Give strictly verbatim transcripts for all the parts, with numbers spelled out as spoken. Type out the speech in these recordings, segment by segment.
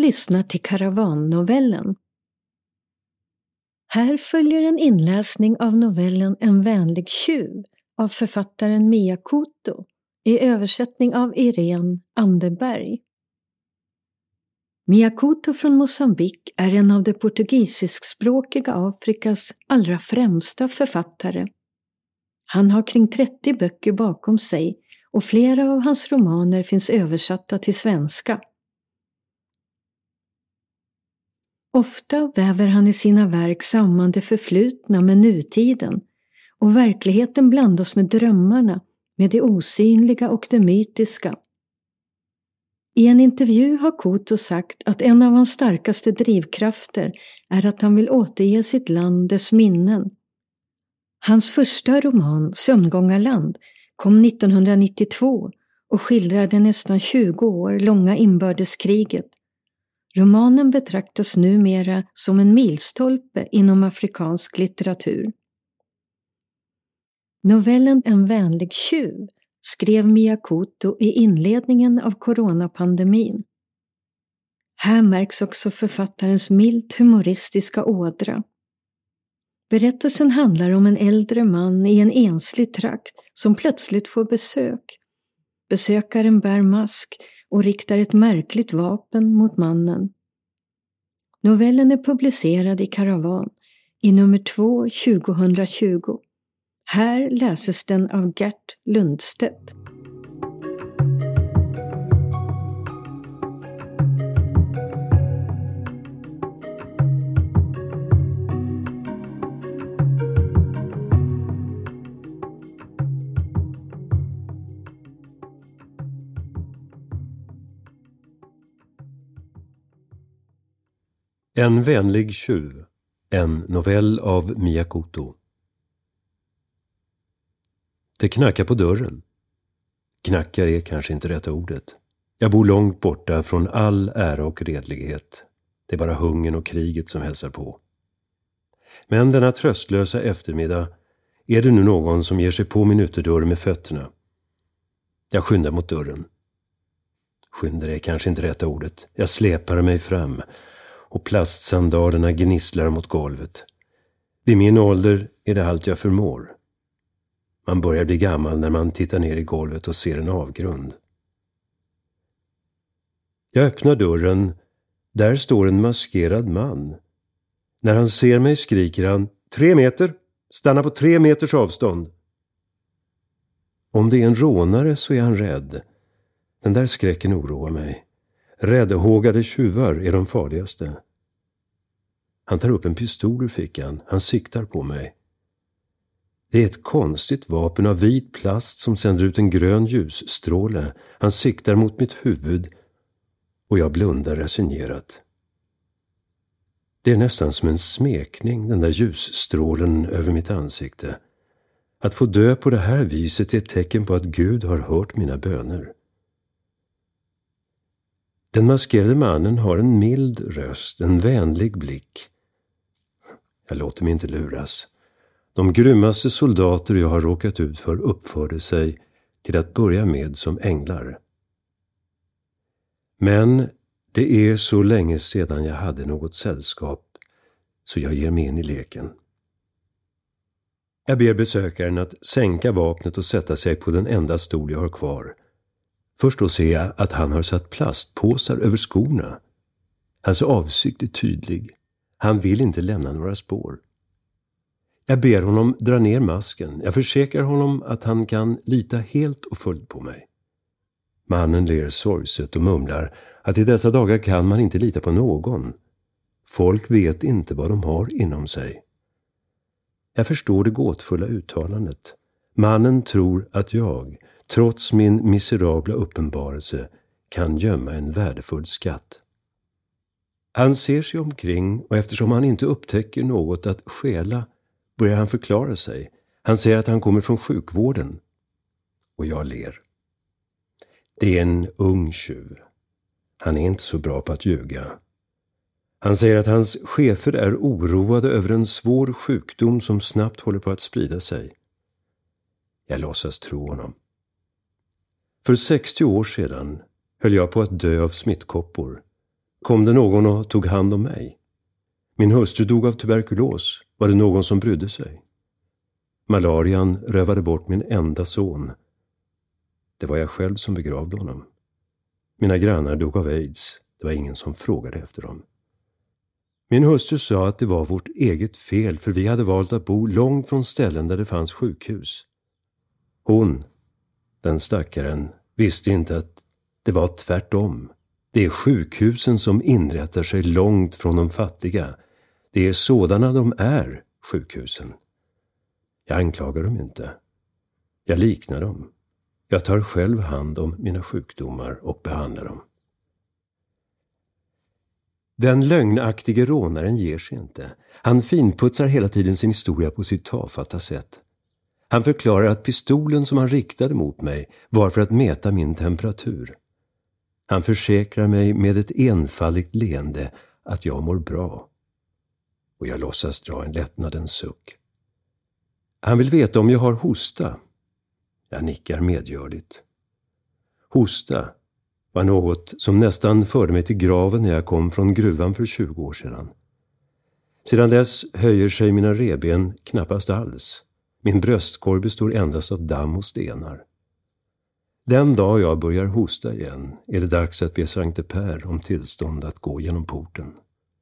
lyssnar till Karavannovellen. Här följer en inläsning av novellen En vänlig tjuv av författaren Mia Couto i översättning av Irene Anderberg. Mia Couto från Mosambik är en av det portugisiskspråkiga Afrikas allra främsta författare. Han har kring trettio böcker bakom sig och flera av hans romaner finns översatta till svenska. Ofta väver han i sina verk samman det förflutna med nutiden och verkligheten blandas med drömmarna, med det osynliga och det mytiska. I en intervju har Couto sagt att en av hans starkaste drivkrafter är att han vill återge sitt land dess minnen. Hans första roman, Sömngångarland, kom nittonhundranittiotvå och skildrade nästan tjugo år långa inbördeskriget. Romanen betraktas numera som en milstolpe inom afrikansk litteratur. Novellen En vänlig tjuv skrev Mia Couto i inledningen av coronapandemin. Här märks också författarens milt humoristiska ådra. Berättelsen handlar om en äldre man i en enslig trakt som plötsligt får besök. Besökaren bär mask och riktar ett märkligt vapen mot mannen. Novellen är publicerad i Karavan i nummer två tjugohundratjugo. Här läses den av Gert Lundstedt. En vänlig tjuv, en novell av Mia Couto. Det knackar på dörren. Knackar är kanske inte rätta ordet. Jag bor långt borta från all ära och redlighet. Det är bara hungern och kriget som hälsar på. Men denna tröstlösa eftermiddag är det nu någon som ger sig på min ytterdörr med fötterna. Jag skyndar mot dörren. Skyndar är kanske inte rätta ordet. Jag släpar mig fram och plastsandalerna gnisslar mot golvet. Vid min ålder är det allt jag förmår. Man börjar bli gammal när man tittar ner i golvet och ser en avgrund. Jag öppnar dörren. Där står en maskerad man. När han ser mig skriker han: Tre meter! Stanna på tre meters avstånd! Om det är en rånare så är han rädd. Den där skräcken oroar mig. Räddhågade tjuvar är de farligaste. Han tar upp en pistol ur fickan. Han siktar på mig. Det är ett konstigt vapen av vit plast som sänder ut en grön ljusstråle. Han siktar mot mitt huvud och jag blundar resignerat. Det är nästan som en smekning, den där ljusstrålen över mitt ansikte. Att få dö på det här viset är ett tecken på att Gud har hört mina böner. Den maskerade mannen har en mild röst, en vänlig blick. Jag låter mig inte luras. De grymmaste soldater jag har råkat ut för uppförde sig till att börja med som änglar. Men det är så länge sedan jag hade något sällskap, så jag ger mig in i leken. Jag ber besökaren att sänka vapnet och sätta sig på den enda stol jag har kvar. Först då ser jag att han har satt plastpåsar över skorna. Hans avsikt är tydlig. Han vill inte lämna några spår. Jag ber honom dra ner masken. Jag försäkrar honom att han kan lita helt och fullt på mig. Mannen ler sorgset och mumlar att i dessa dagar kan man inte lita på någon. Folk vet inte vad de har inom sig. Jag förstår det gåtfulla uttalandet. Mannen tror att jag, trots min miserabla uppenbarelse, kan gömma en värdefull skatt. Han ser sig omkring och eftersom han inte upptäcker något att stjäla börjar han förklara sig. Han säger att han kommer från sjukvården. Och jag ler. Det är en ung tjuv. Han är inte så bra på att ljuga. Han säger att hans chefer är oroade över en svår sjukdom som snabbt håller på att sprida sig. Jag låtsas tro honom. För sextio år sedan höll jag på att dö av smittkoppor. Kom det någon och tog hand om mig? Min hustru dog av tuberkulos. Var det någon som brydde sig? Malarian rövade bort min enda son. Det var jag själv som begravde honom. Mina grannar dog av aids. Det var ingen som frågade efter dem. Min hustru sa att det var vårt eget fel, för vi hade valt att bo långt från ställen där det fanns sjukhus. Hon, den stackaren, visste inte att det var tvärtom. Det är sjukhusen som inrättar sig långt från de fattiga. Det är sådana de är, sjukhusen. Jag anklagar dem inte. Jag liknar dem. Jag tar själv hand om mina sjukdomar och behandlar dem. Den lögnaktige rånaren ger sig inte. Han finputsar hela tiden sin historia på sitt tafatta sätt. Han förklarar att pistolen som han riktade mot mig var för att mäta min temperatur. Han försäkrar mig med ett enfaldigt leende att jag mår bra. Och jag låtsas dra en lättnadens suck. Han vill veta om jag har hosta. Jag nickar medgörligt. Hosta var något som nästan förde mig till graven när jag kom från gruvan för tjugo år sedan. Sedan dess höjer sig mina reben knappast alls. Min bröstkorg består endast av damm och stenar. Den dag jag börjar hosta igen är det dags att be Sankte Per om tillstånd att gå genom porten.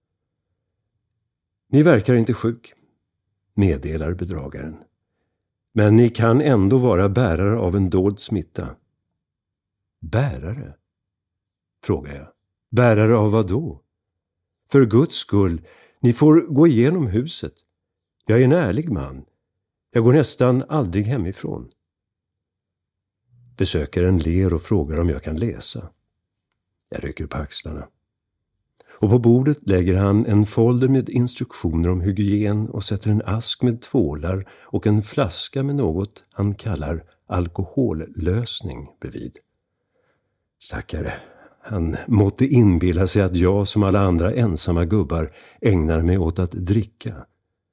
Ni verkar inte sjuk, meddelar bedragaren. Men ni kan ändå vara bärare av en dold smitta. Bärare? Frågar jag. Bärare av vad då? För Guds skull, ni får gå igenom huset. Jag är en ärlig man. Jag går nästan aldrig hemifrån. Besökaren ler och frågar om jag kan läsa. Jag rycker på axlarna. Och på bordet lägger han en folder med instruktioner om hygien och sätter en ask med tvålar och en flaska med något han kallar alkohollösning bredvid. Stackare, han måtte inbilla sig att jag som alla andra ensamma gubbar ägnar mig åt att dricka.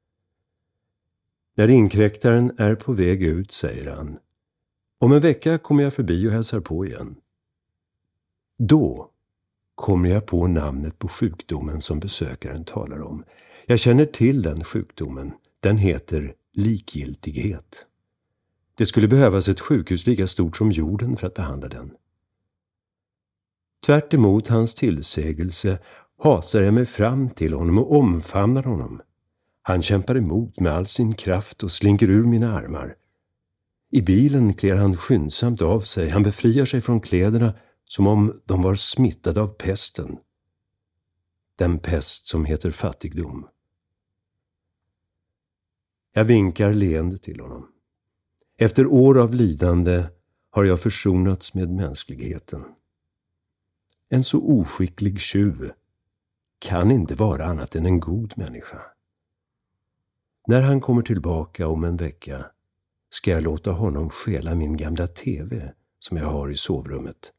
När inkräktaren är på väg ut säger han: om en vecka kommer jag förbi och hälsar på igen. Då kommer jag på namnet på sjukdomen som besökaren talar om. Jag känner till den sjukdomen. Den heter likgiltighet. Det skulle behövas ett sjukhus lika stort som jorden för att behandla den. Tvärt emot hans tillsägelse hasar jag mig fram till honom och omfamnar honom. Han kämpar emot med all sin kraft och slinker ur mina armar. I bilen klär han skyndsamt av sig. Han befriar sig från kläderna som om de var smittade av pesten. Den pest som heter fattigdom. Jag vinkar leende till honom. Efter år av lidande har jag försonats med mänskligheten. En så oskicklig tjuv kan inte vara annat än en god människa. När han kommer tillbaka om en vecka ska jag låta honom stjäla min gamla tv som jag har i sovrummet.